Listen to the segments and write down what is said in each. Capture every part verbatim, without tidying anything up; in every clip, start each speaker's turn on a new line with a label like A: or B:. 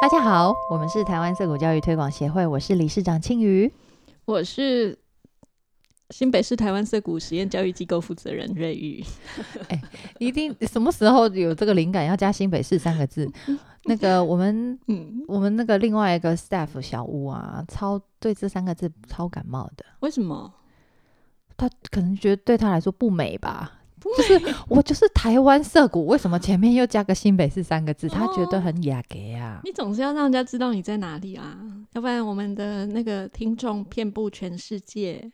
A: 大家好，我们是台湾色谷教育推广协会，我是理事长庆瑜，
B: 我是新北市台湾色谷实验教育机构负责人瑞玉。
A: 哎，一定什么时候有这个灵感要加新北市三个字？那个我们，嗯，我们那个另外一个 staff 小屋啊，超对这三个字超感冒的。
B: 为什么？
A: 他可能觉得对他来说不美吧。就是我就是台湾色谷，为什么前面又加个新北市三个字？他觉得很雅给啊。
B: 你总是要让人家知道你在哪里啊，要不然我们的那个听众遍布全世界。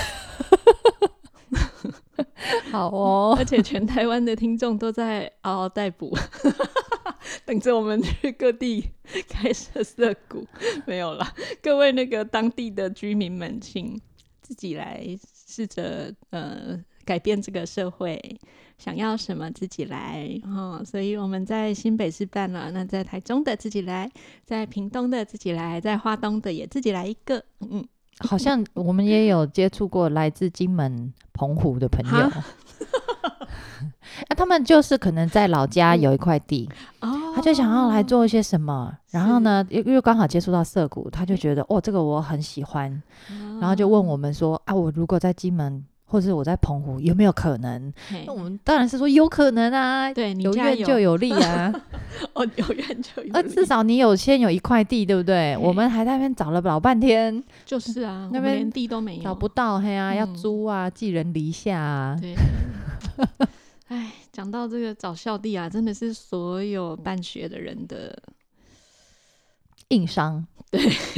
A: 好哦，
B: 而且全台湾的听众都在嗷嗷待哺，等着我们去各地开设色谷。没有啦，各位那个当地的居民们，请自己来试着呃。改变这个社会，想要什么自己来、哦、所以我们在新北市办了，那在台中的自己来，在屏东的自己来，在花东的也自己来一个。嗯，
A: 好像我们也有接触过来自金门澎湖的朋友啊，他们就是可能在老家有一块地、嗯、他就想要来做一些什么，然后呢因为刚好接触到色谷，他就觉得哦这个我很喜欢、哦、然后就问我们说啊，我如果在金门或者我在澎湖有没有可能？那我们当然是说有可能啊，
B: 对，
A: 有愿就有利啊。
B: 哦，有愿就有利，
A: 呃，至少你有先有一块地，对不对？我们还在那边找了老半天，
B: 就是啊，
A: 那边
B: 连地都没有，
A: 找不到，嘿啊，嗯、要租啊，寄人篱下啊。
B: 对，哎，讲到这个找校地啊，真的是所有办学的人的
A: 硬伤。
B: 对，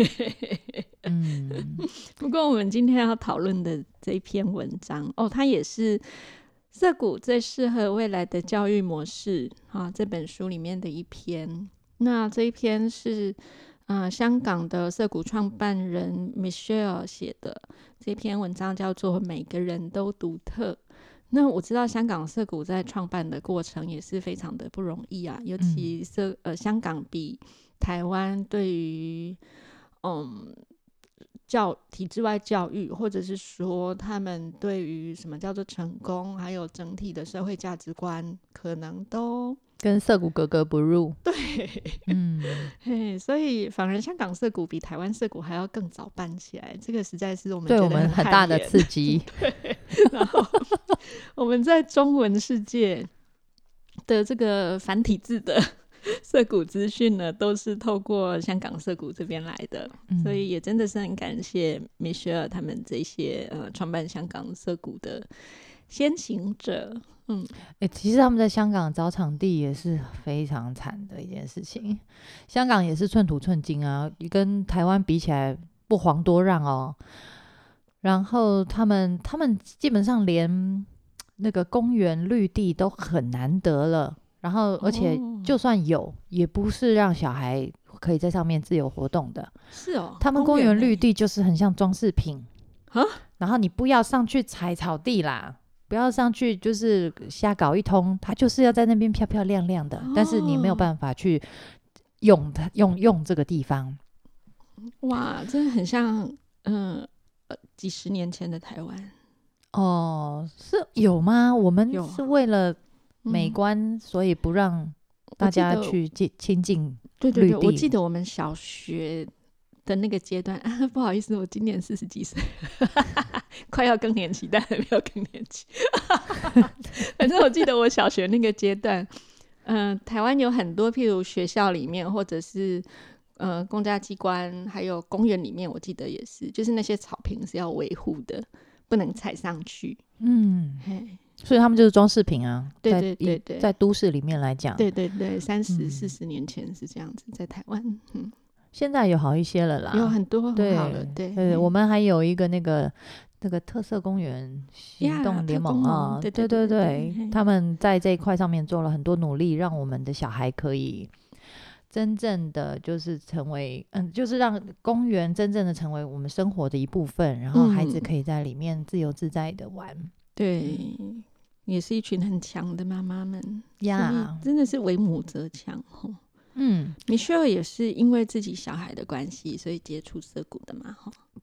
A: 嗯，
B: 不过我们今天要讨论的这一篇文章哦，它也是色谷最适合未来的教育模式啊这本书里面的一篇。那这一篇是、呃、香港的色谷创办人 Michelle 写的，这篇文章叫做《每个人都独特》。那我知道香港色谷在创办的过程也是非常的不容易啊，尤其是、嗯呃、香港比台湾对于嗯教体制外教育，或者是说他们对于什么叫做成功，还有整体的社会价值观，可能都
A: 跟色谷格格不入。
B: 对，
A: 嗯，
B: 嘿，所以反而香港色谷比台湾色谷还要更早办起来，这个实在是我们觉得
A: 对我们很大的刺激。
B: 对，然后我们在中文世界的这个繁体字的色谷资讯呢，都是透过香港色谷这边来的、嗯、所以也真的是很感谢 Michelle 他们这些呃创办香港色谷的先行者。嗯，
A: 欸、其实他们在香港找场地也是非常惨的一件事情，香港也是寸土寸金啊，跟台湾比起来不遑多让哦。然后他们他们基本上连那个公园绿地都很难得了，然后而且就算有、哦、也不是让小孩可以在上面自由活动的。
B: 是哦，
A: 他们公园绿地就是很像装饰品
B: 啊，
A: 然后你不要上去踩草地啦，不要上去就是瞎搞一通，它就是要在那边漂漂亮亮的、哦、但是你没有办法去用它用用这个地方。
B: 哇，真的很像嗯、呃、几十年前的台湾
A: 哦。是有吗？我们是为了美观、嗯、所以不让大家去亲近绿地。
B: 对对对，我记得我们小学的那个阶段、啊、不好意思，我今年四十几岁快要更年期，但还没有更年期反正我记得我小学那个阶段嗯、呃，台湾有很多譬如学校里面或者是呃公家机关还有公园里面，我记得也是，就是那些草坪是要维护的，不能踩上去。
A: 嗯，所以他们就是装饰品啊。
B: 对对对对，
A: 在, 在都市里面来讲，
B: 对对对，三十四十年前是这样子，在台湾。嗯，
A: 现在有好一些了啦，
B: 有很多很好了。对 对,
A: 对，我们还有一个那个那个特色公园行动联盟啊，对对 对, 对, 对, 对，他们在这一块上面做了很多努力，让我们的小孩可以真正的就是成为嗯，就是让公园真正的成为我们生活的一部分，然后孩子可以在里面自由自在的玩。嗯、
B: 对，也是一群很强的妈妈们
A: 呀，
B: yeah, 真的是为母则强。
A: 嗯，
B: Michelle 也是因为自己小孩的关系所以接触色谷的嘛。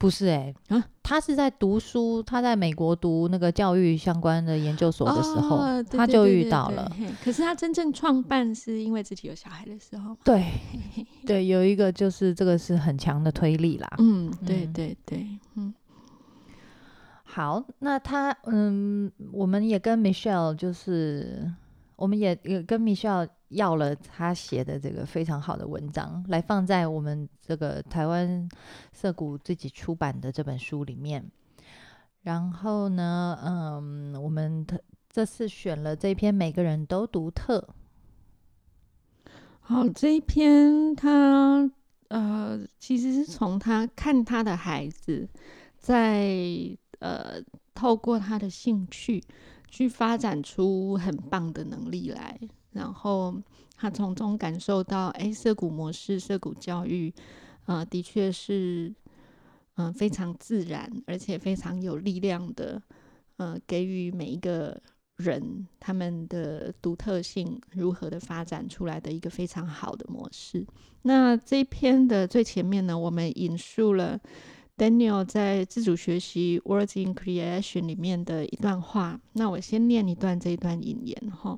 A: 不是哎、欸啊，他是在读书，他在美国读那个教育相关的研究所的时候，
B: 哦、
A: 他就遇到了。
B: 对对对对，可是他真正创办是因为自己有小孩的时候。
A: 对对，有一个就是这个是很强的推力啦。
B: 嗯，对对对，嗯。
A: 好，那他嗯，我们也跟 Michelle 就是我们也也跟 Michelle 要了他写的这个非常好的文章，来放在我们这个台湾涩谷自己出版的这本书里面。然后呢，嗯，我们这次选了这篇每个人都独特。
B: 好，这一篇他呃，其实是从他看他的孩子在呃，透过他的兴趣去发展出很棒的能力来，然后他从中感受到，哎，涩谷模式、涩谷教育，呃，的确是，嗯、呃，非常自然，而且非常有力量的，呃，给予每一个人他们的独特性如何的发展出来的一个非常好的模式。那这一篇的最前面呢，我们引述了Daniel 在自主学习 Words in Creation 里面的一段话，那我先念一段这一段引言哈。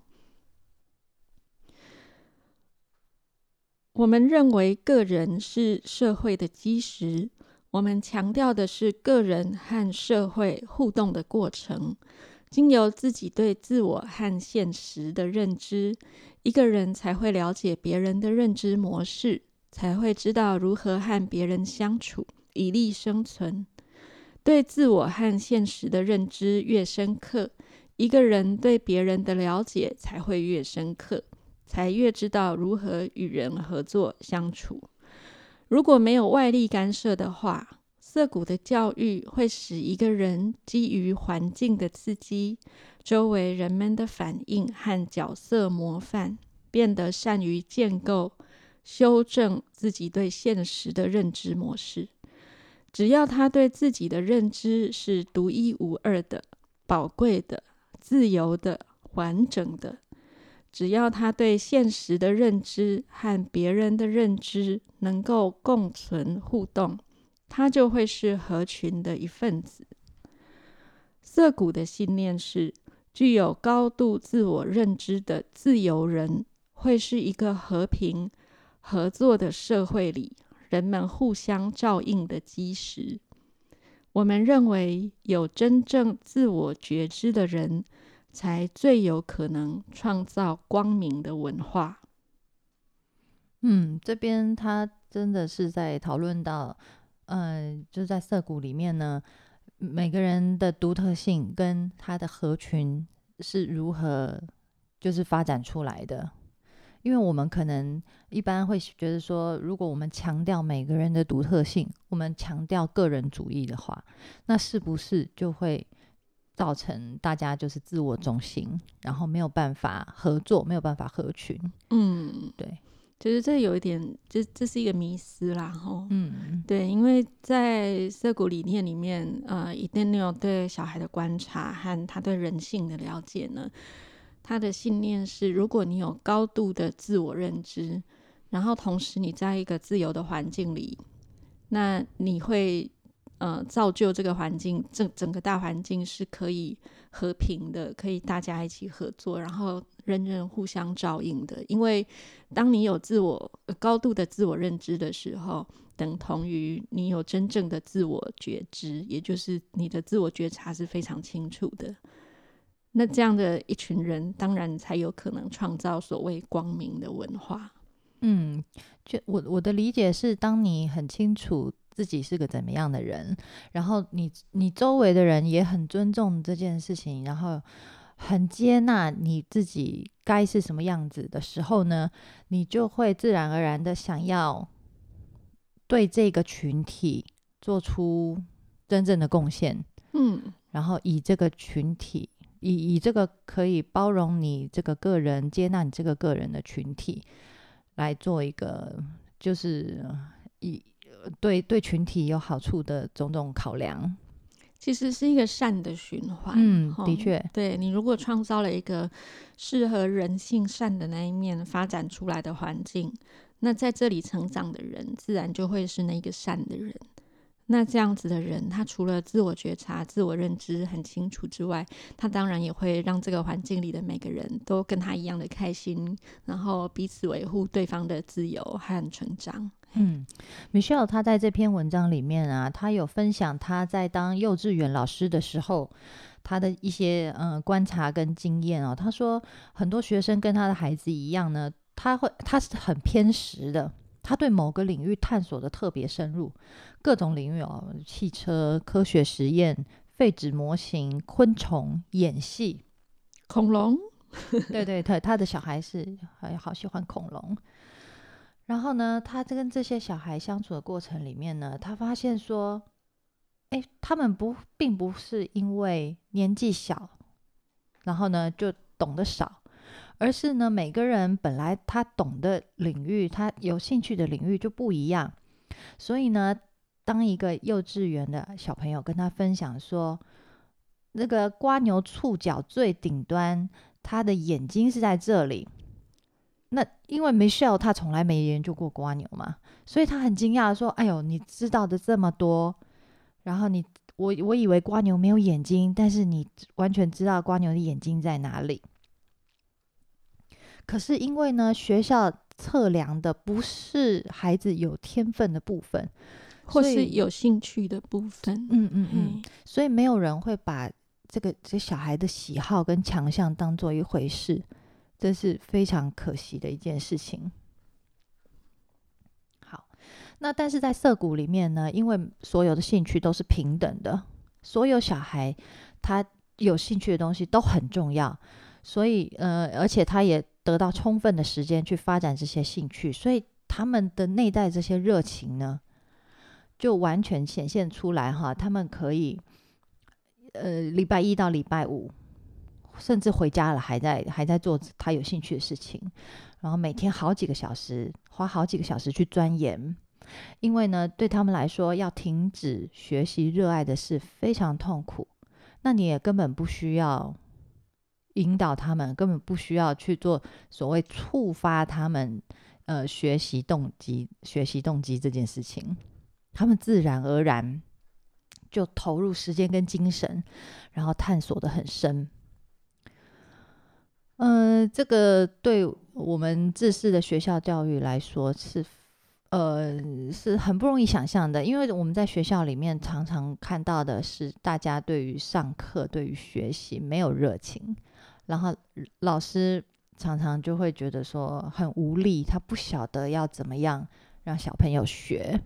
B: 我们认为个人是社会的基石，我们强调的是个人和社会互动的过程，经由自己对自我和现实的认知，一个人才会了解别人的认知模式，才会知道如何和别人相处，以利生存。对自我和现实的认知越深刻，一个人对别人的了解才会越深刻，才越知道如何与人合作相处。如果没有外力干涉的话，涩谷的教育会使一个人基于环境的刺激、周围人们的反应和角色模范，变得善于建构、修正自己对现实的认知模式。只要他对自己的认知是独一无二的、宝贵的、自由的、完整的，只要他对现实的认知和别人的认知能够共存互动，他就会是合群的一份子。涩谷的信念是，具有高度自我认知的自由人会是一个和平合作的社会里人们互相照应的基石。我们认为，有真正自我觉知的人，才最有可能创造光明的文化。
A: 嗯，这边他真的是在讨论到，呃，就在涩谷里面呢，每个人的独特性跟他的合群是如何就是发展出来的。因为我们可能一般会觉得说，如果我们强调每个人的独特性，我们强调个人主义的话，那是不是就会造成大家就是自我中心，然后没有办法合作，没有办法合群？
B: 嗯，
A: 对，
B: 就是这有一点，这这是一个迷思啦，吼。
A: 嗯，
B: 对，因为在涩谷理念里面，呃，以 Daniel 对小孩的观察和他对人性的了解呢，他的信念是，如果你有高度的自我认知，然后同时你在一个自由的环境里，那你会呃造就这个环境，整整个大环境是可以和平的，可以大家一起合作，然后人人互相照应的。因为当你有自我、呃、高度的自我认知的时候，等同于你有真正的自我觉知，也就是你的自我觉察是非常清楚的。那这样的一群人，当然才有可能创造所谓光明的文化。
A: 嗯，就我我的理解是，当你很清楚自己是个怎么样的人，然后你你周围的人也很尊重这件事情，然后很接纳你自己该是什么样子的时候呢，你就会自然而然的想要对这个群体做出真正的贡献。
B: 嗯，
A: 然后以这个群体以以这个可以包容你这个个人，接纳你这个个人的群体来做一个就是以对对群体有好处的种种考量。
B: 其实是一个善的循环。
A: 嗯，的确，
B: 对，你如果创造了一个适合人性善的那一面发展出来的环境，那在这里成长的人自然就会是那个善的人。 那这样子的人，他除了自我觉察、自我认知很清楚之外，他当然也会让这个环境里的每个人都跟他一样的开心，然后彼此维护对方的自由和成长。
A: 嗯 Michelle 他在这篇文章里面啊，他有分享他在当幼稚园老师的时候他的一些嗯观察跟经验哦。他说很多学生跟他的孩子一样呢，他会他是很偏食的，他对某个领域探索的特别深入，各种领域哦，汽车、科学实验、废纸模型、昆虫、演戏、
B: 恐龙。
A: 对对对，他的小孩是好喜欢恐龙。然后呢，他跟这些小孩相处的过程里面呢，他发现说，哎，他们不并不是因为年纪小，然后呢就懂得少，而是呢每个人本来他懂的领域，他有兴趣的领域就不一样。所以呢，当一个幼稚园的小朋友跟他分享说，那个蜗牛触角最顶端，他的眼睛是在这里。那因为 Michelle 他从来没研究过蜗牛嘛，所以他很惊讶说，哎呦，你知道的这么多，然后你我我以为蜗牛没有眼睛，但是你完全知道蜗牛的眼睛在哪里。可是因为呢，学校测量的不是孩子有天分的部分，
B: 或是有兴趣的部分。
A: 嗯嗯嗯，所以没有人会把这个这小孩的喜好跟强项当做一回事，这是非常可惜的一件事情。好，那但是在涩谷里面呢，因为所有的兴趣都是平等的，所有小孩他有兴趣的东西都很重要，所以呃，而且他也得到充分的时间去发展这些兴趣，所以他们的内在这些热情呢，就完全显现出来哈。他们可以呃礼拜一到礼拜五，甚至回家了还在还在做他有兴趣的事情，然后每天好几个小时，花好几个小时去钻研。因为呢，对他们来说，要停止学习热爱的事非常痛苦。那你也根本不需要引导他们，根本不需要去做所谓触发他们呃学习动机、学习动机这件事情，他们自然而然就投入时间跟精神，然后探索得很深。呃，这个对我们制式的学校教育来说是，呃，是很不容易想象的，因为我们在学校里面常常看到的是，大家对于上课、对于学习没有热情，然后老师常常就会觉得说很无力，他不晓得要怎么样让小朋友学。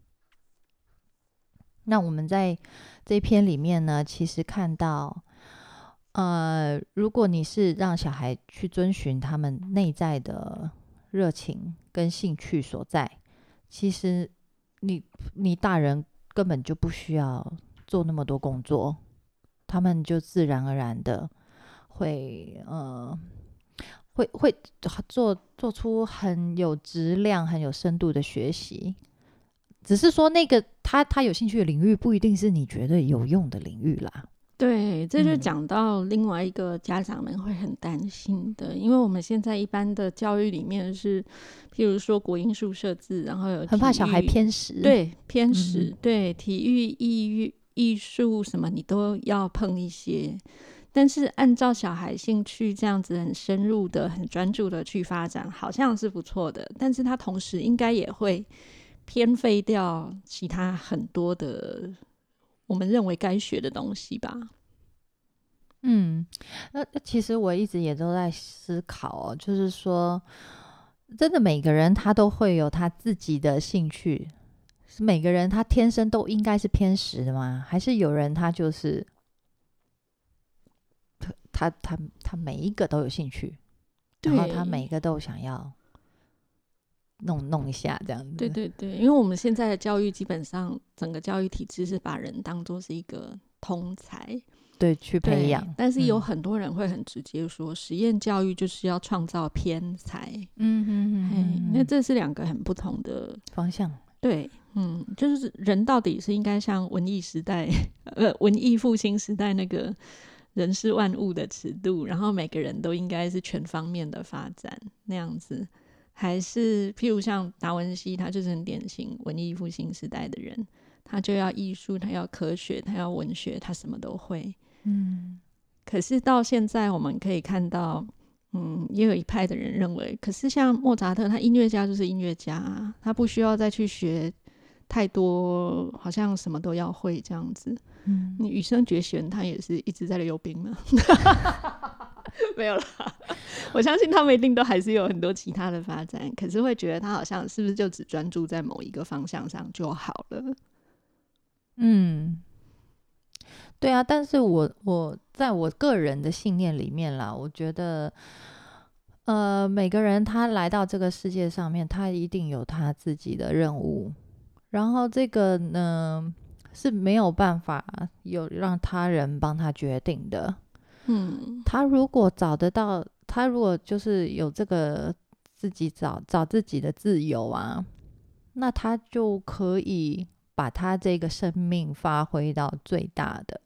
A: 那我们在这一篇里面呢，其实看到。呃，如果你是让小孩去遵循他们内在的热情跟兴趣所在，其实你你大人根本就不需要做那么多工作，他们就自然而然的会呃会会做做出很有质量、很有深度的学习。只是说那个他他有兴趣的领域不一定是你觉得有用的领域啦。
B: 对，这就讲到另外一个家长们会很担心的，因为我们现在一般的教育里面是，譬如说国英数社自，然后有
A: 很怕小孩偏食，
B: 对，偏食，嗯、对，体育、艺艺术什么你都要碰一些，但是按照小孩兴趣这样子很深入的、很专注的去发展，好像是不错的，但是他同时应该也会偏废掉其他很多的。我们认为该学的东西吧。
A: 嗯，那其实我一直也都在思考哦，就是说，真的每个人他都会有他自己的兴趣，是每个人他天生都应该是偏食的吗？还是有人他就是他他他每一个都有兴趣，然后他每一个都想要弄弄一下这样子。
B: 对对对，因为我们现在的教育基本上整个教育体制是把人当作是一个通才，
A: 对，去培养。
B: 但是有很多人会很直接说，嗯、实验教育就是要创造偏才。
A: 嗯哼哼哼，
B: 那这是两个很不同的
A: 方向。
B: 对，嗯，就是人到底是应该像文艺时代，呃，文艺复兴时代那个人是万物的尺度，然后每个人都应该是全方面的发展那样子。还是譬如像达文西，他就是很典型文艺复兴时代的人， 他就要艺术，他要科学，他要文学，他什么都会。
A: 嗯，
B: 可是到现在我们可以看到，嗯，也有一派的人认为，可是像莫扎特，他音乐家就是音乐家啊，他不需要再去学太多，好像什么都要会这样子。嗯，你羽生结弦他也是一直在溜冰嘛。没有啦，我相信他们一定都还是有很多其他的发展，可是会觉得他好像是不是就只专注在某一个方向上就好了。
A: 嗯，对啊，但是我我在我个人的信念里面啦，我觉得呃，每个人他来到这个世界上面，他一定有他自己的任务，然后这个呢是没有办法有让他人帮他决定的。嗯，他如果找得到，他如果就是有这个自己找找自己的自由啊，那他就可以把他这个生命发挥到最大的，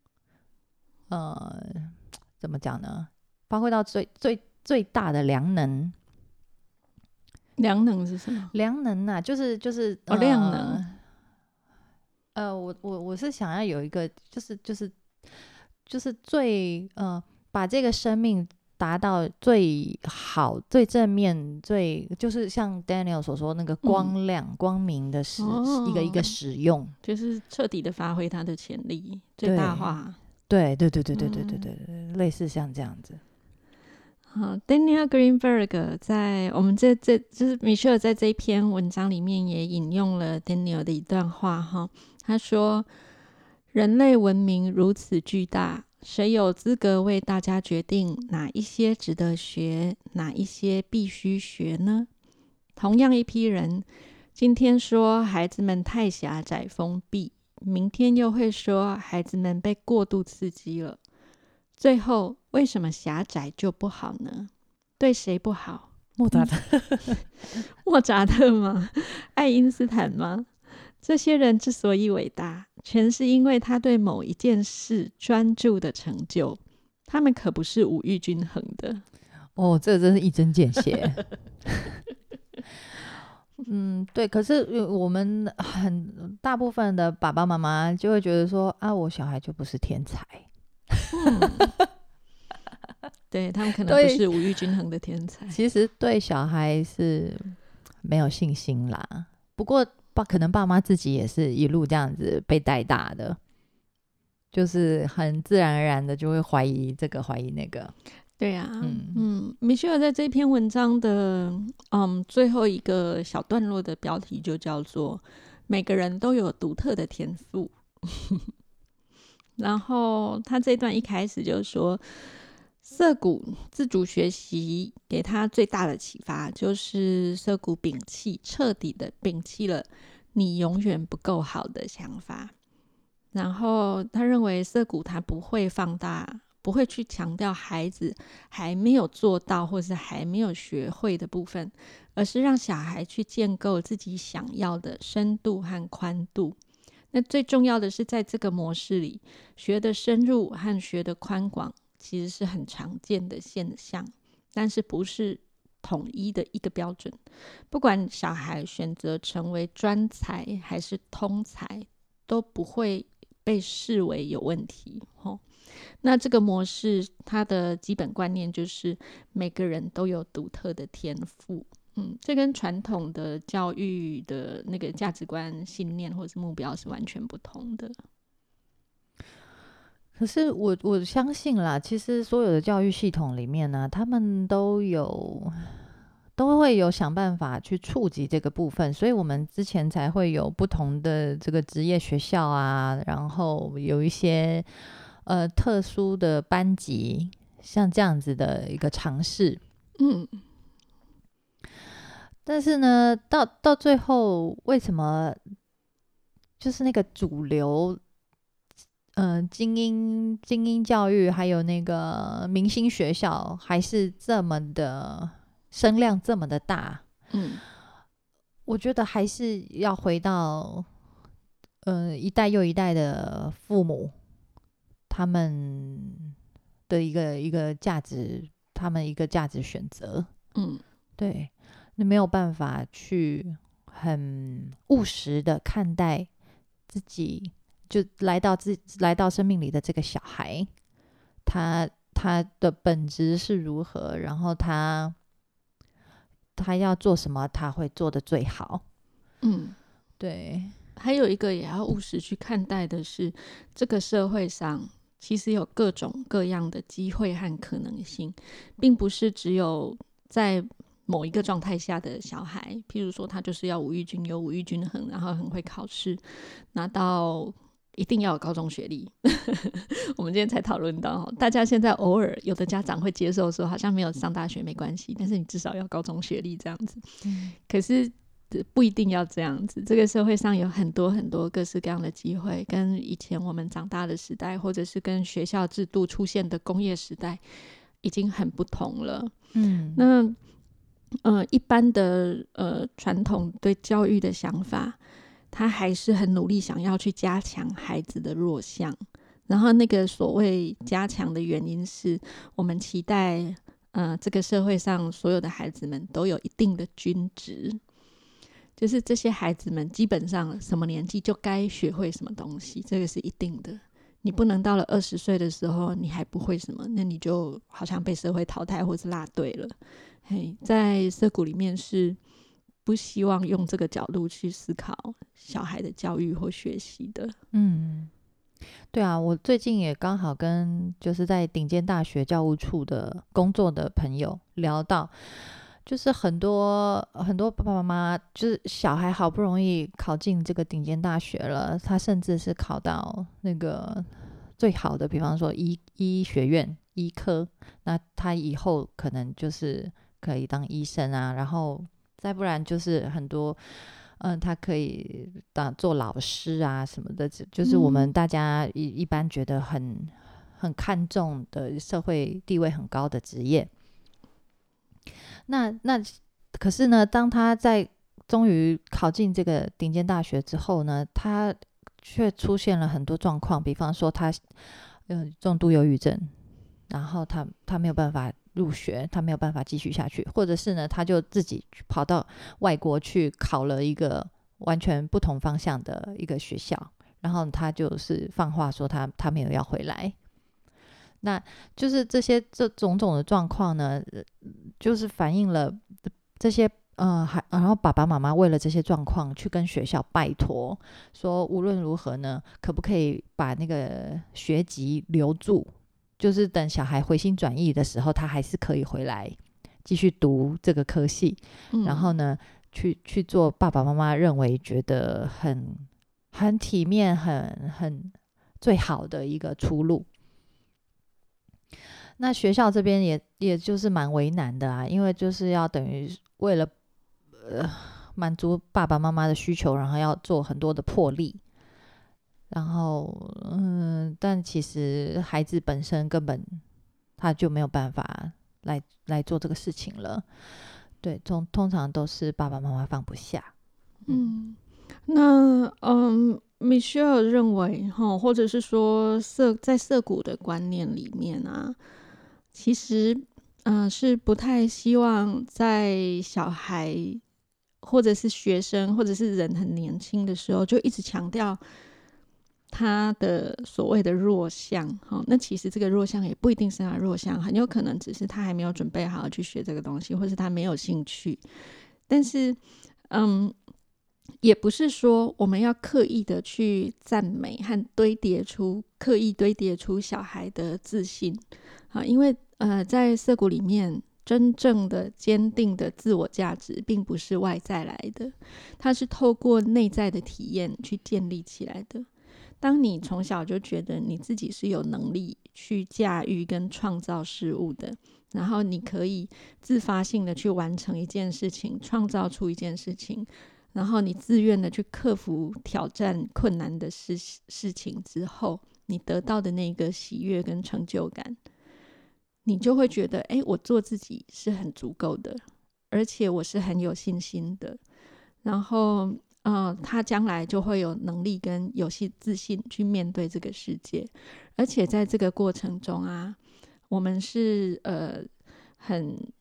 A: 呃，怎么讲呢？发挥到最最最大的良能。
B: 良能是什么？
A: 良能啊，就是就是
B: 哦，量能。
A: 呃，我我我是想要有一个，就是就是就是最呃，把这个生命达到最好、最正面、最就是像 Daniel 所说那个光亮、嗯、光明的使、哦、一个一个使用，
B: 就是彻底的发挥它的潜力，最大化。
A: 对对对对对对对对对、嗯，类似像这样子。
B: 好 ，Daniel Greenberg 在我们这这就是米歇尔在这一篇文章里面也引用了 Daniel 的一段话哈，他说：“人类文明如此巨大，谁有资格为大家决定哪一些值得学，哪一些必须学呢？同样一批人，今天说孩子们太狭窄封闭，明天又会说孩子们被过度刺激了。最后，为什么狭窄就不好呢？对谁不好？
A: 莫扎特、
B: 嗯、莫扎特吗？爱因斯坦吗？这些人之所以伟大，全是因为他对某一件事专注的成就。他们可不是五育均衡的。
A: 哦，这真是一针见血。嗯，对。可是我们很大部分的爸爸妈妈就会觉得说啊，我小孩就不是天才。
B: 嗯、对，他们可能不是五育均衡的天才。
A: 其实对小孩是没有信心啦。不过爸可能爸妈自己也是一路这样子被带大的，就是很自然而然的就会怀疑这个怀疑那个。
B: 对啊，嗯嗯，米歇尔在这篇文章的嗯最后一个小段落的标题就叫做“每个人都有独特的天赋”。然后他这段一开始就说，涩谷自主学习给他最大的启发，就是涩谷摒弃彻底的摒弃了你永远不够好的想法。然后他认为涩谷他不会放大，不会去强调孩子还没有做到或是还没有学会的部分，而是让小孩去建构自己想要的深度和宽度。那最重要的是，在这个模式里，学的深入和学的宽广其实是很常见的现象，但是不是统一的一个标准。不管小孩选择成为专才还是通才，都不会被视为有问题。哦，那这个模式它的基本观念就是每个人都有独特的天赋。嗯，这跟传统的教育的那个价值观、信念或者是目标是完全不同的。
A: 可是我我相信啦，其实所有的教育系统里面呢、啊，他们都有都会有想办法去触及这个部分，所以我们之前才会有不同的这个职业学校啊，然后有一些呃特殊的班级，像这样子的一个尝试。嗯。但是呢，到到最后，为什么就是那个主流，嗯、呃，精英精英教育，还有那个明星学校，还是这么的声量这么的大？嗯，我觉得还是要回到，呃，一代又一代的父母，他们的一个一个价值，他们一个价值选择。嗯，对。你没有办法去很务实的看待自己就来到自来到生命里的这个小孩，他他的本质是如何，然后他他要做什么，他会做得最好。
B: 嗯，
A: 对。
B: 还有一个也要务实去看待的是，这个社会上其实有各种各样的机会和可能性，并不是只有在某一个状态下的小孩，譬如说他就是要五育均优、五育均衡，然后很会考试，拿到一定要有高中学历我们今天才讨论到，大家现在偶尔有的家长会接受说好像没有上大学没关系，但是你至少要高中学历这样子、嗯、可是不一定要这样子，这个社会上有很多很多各式各样的机会，跟以前我们长大的时代，或者是跟学校制度出现的工业时代已经很不同了。嗯，那呃，一般的呃传统对教育的想法，他还是很努力想要去加强孩子的弱项，然后那个所谓加强的原因是我们期待呃这个社会上所有的孩子们都有一定的均值，就是这些孩子们基本上什么年纪就该学会什么东西，这个是一定的。你不能到了二十岁的时候你还不会什么，那你就好像被社会淘汰或是落队了。嘿，在社谷里面是不希望用这个角度去思考小孩的教育或学习的。
A: 嗯，对啊，我最近也刚好跟就是在顶尖大学教务处的工作的朋友聊到，就是很多很多爸爸妈妈，就是小孩好不容易考进这个顶尖大学了，他甚至是考到那个最好的，比方说医医学院医科，那他以后可能就是可以当医生啊，然后再不然就是很多嗯，他可以当做老师啊什么的，就是我们大家一一般觉得很很看重的社会地位很高的职业。那那可是呢，当他在终于考进这个顶尖大学之后呢，他却出现了很多状况，比方说他呃重度忧郁症，然后他他没有办法入学，他没有办法继续下去，或者是呢他就自己跑到外国去考了一个完全不同方向的一个学校，然后他就是放话说他他没有要回来。那就是这些这种种的状况呢，就是反映了这些呃，还然后爸爸妈妈为了这些状况去跟学校拜托，说无论如何呢，可不可以把那个学籍留住，就是等小孩回心转意的时候，他还是可以回来继续读这个科系，嗯、然后呢，去去做爸爸妈妈认为觉得很很体面、很很最好的一个出路。那学校这边也也就是蛮为难的啊，因为就是要等于为了呃满足爸爸妈妈的需求，然后要做很多的破例，然后嗯，但其实孩子本身根本他就没有办法来来做这个事情了。对，通通常都是爸爸妈妈放不下。
B: 嗯，那嗯 Michelle 认为或者是说社在社谷的观念里面啊，其实嗯、呃、是不太希望在小孩或者是学生或者是人很年轻的时候就一直强调他的所谓的弱项、哦、那其实这个弱项也不一定是他的弱项，很有可能只是他还没有准备好去学这个东西，或是他没有兴趣。但是嗯也不是说我们要刻意的去赞美和堆叠出刻意堆叠出小孩的自信、啊、因为呃，在社谷里面真正的坚定的自我价值并不是外在来的，它是透过内在的体验去建立起来的。当你从小就觉得你自己是有能力去驾驭跟创造事物的，然后你可以自发性的去完成一件事情，创造出一件事情，然后你自愿的去克服挑战困难的 事, 事情之后，你得到的那个喜悦跟成就感，你就会觉得哎，我做自己是很足够的，而且我是很有信心的，然后呃，他将来就会有能力跟有自信去面对这个世界。而且在这个过程中啊，我们是呃很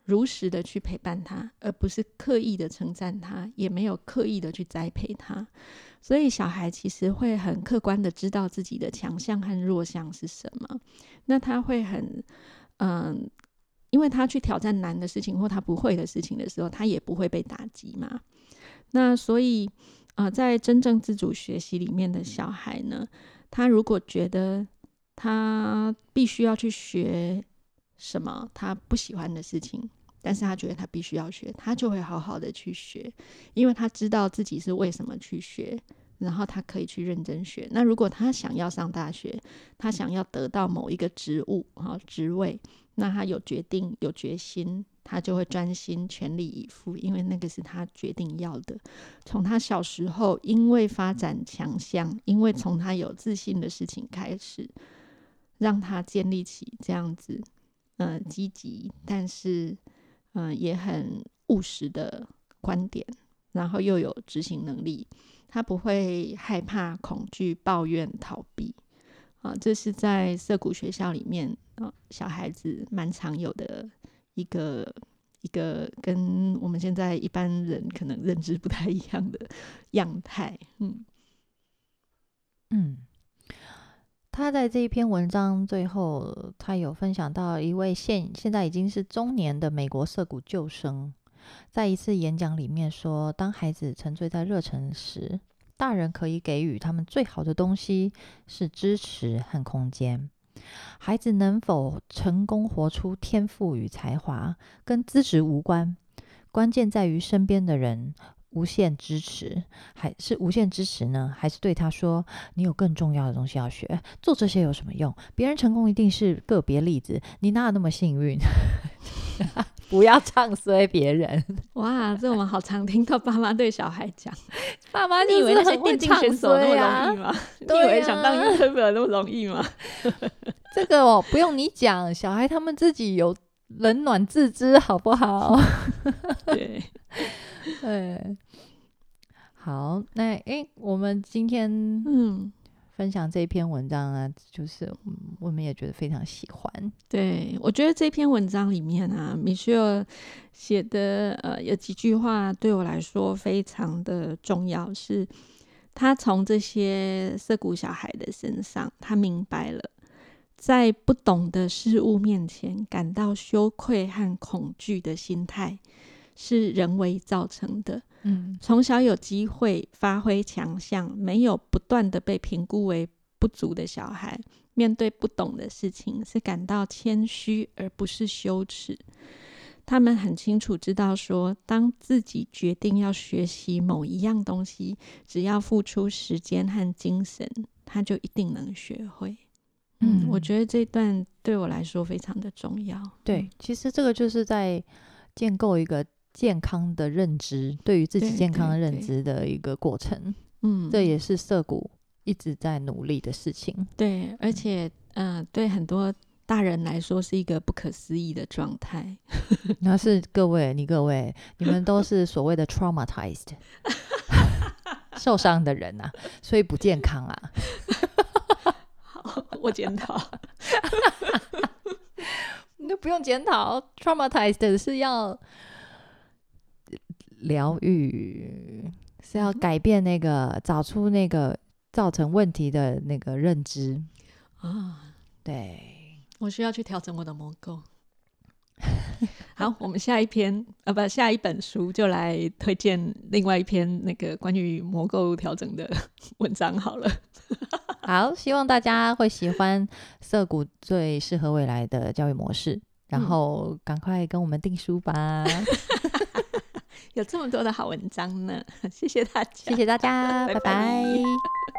B: 如实的去陪伴他，而不是刻意的称赞他，也没有刻意的去栽培他。所以小孩其实会很客观的知道自己的强项和弱项是什么，那他会很嗯，因为他去挑战难的事情或他不会的事情的时候，他也不会被打击嘛。那所以呃，在真正自主学习里面的小孩呢，他如果觉得他必须要去学什么他不喜欢的事情，但是他觉得他必须要学，他就会好好的去学，因为他知道自己是为什么去学，然后他可以去认真学。那如果他想要上大学，他想要得到某一个职务职位，那他有决定有决心，他就会专心全力以赴，因为那个是他决定要的。从他小时候因为发展强项，因为从他有自信的事情开始，让他建立起这样子呃积极但是呃也很务实的观点，然后又有执行能力，他不会害怕、恐惧、抱怨、逃避啊，这是在涩谷学校里面啊小孩子蛮常有的一个一个跟我们现在一般人可能认知不太一样的样态。嗯
A: 嗯，他在这一篇文章最后，他有分享到一位现现在已经是中年的美国涩谷旧生，在一次演讲里面说，当孩子沉醉在热忱时，大人可以给予他们最好的东西是支持和空间。孩子能否成功活出天赋与才华，跟资质无关，关键在于身边的人无限支持，还是无限支持呢？还是对他说，你有更重要的东西要学，做这些有什么用？别人成功一定是个别例子，你哪有那么幸运？不要唱衰别人。
B: 哇，这我们好常听到爸妈对小孩讲。
A: 爸妈
B: 你以为那些电竞选手那么
A: 啊
B: 容易吗？你以为想当 YouTuber 那么容易吗？
A: 这个哦，不用你讲，小孩他们自己有冷暖自知，好不好？
B: 对
A: 对，好，那诶，我们今天嗯分享这篇文章啊，就是、嗯、我们也觉得非常喜欢。
B: 对，我觉得这篇文章里面啊，米歇尔写的呃有几句话对我来说非常的重要，是他从这些涩谷小孩的身上，他明白了在不懂的事物面前感到羞愧和恐惧的心态是人为造成的。嗯，从小有机会发挥强项，没有不断的被评估为不足的小孩，面对不懂的事情是感到谦虚而不是羞耻。他们很清楚知道说，当自己决定要学习某一样东西，只要付出时间和精神，他就一定能学会。嗯，我觉得这段对我来说非常的重要。
A: 对，嗯、其实这个就是在建构一个健康的认知，对于自己健康的认知的一个过程。嗯，这也是涩谷一直在努力的事情。
B: 对，而且嗯、呃，对很多大人来说是一个不可思议的状态。
A: 那是各位，你各位，你们都是所谓的 traumatized 受伤的人啊，所以不健康啊。
B: 好，我检讨。
A: 你都不用检讨 traumatized 是要疗愈，是要改变那个找出那个造成问题的那个认知啊。对，
B: 我需要去调整我的魔垢。好，我们下一篇啊，不，下一本书就来推荐另外一篇那个关于魔垢调整的文章好了。
A: 好，希望大家会喜欢涩谷最适合未来的教育模式，然后赶快跟我们订书吧。
B: 有这么多的好文章呢，谢谢大家，
A: 谢谢大家，拜拜。
B: 拜拜。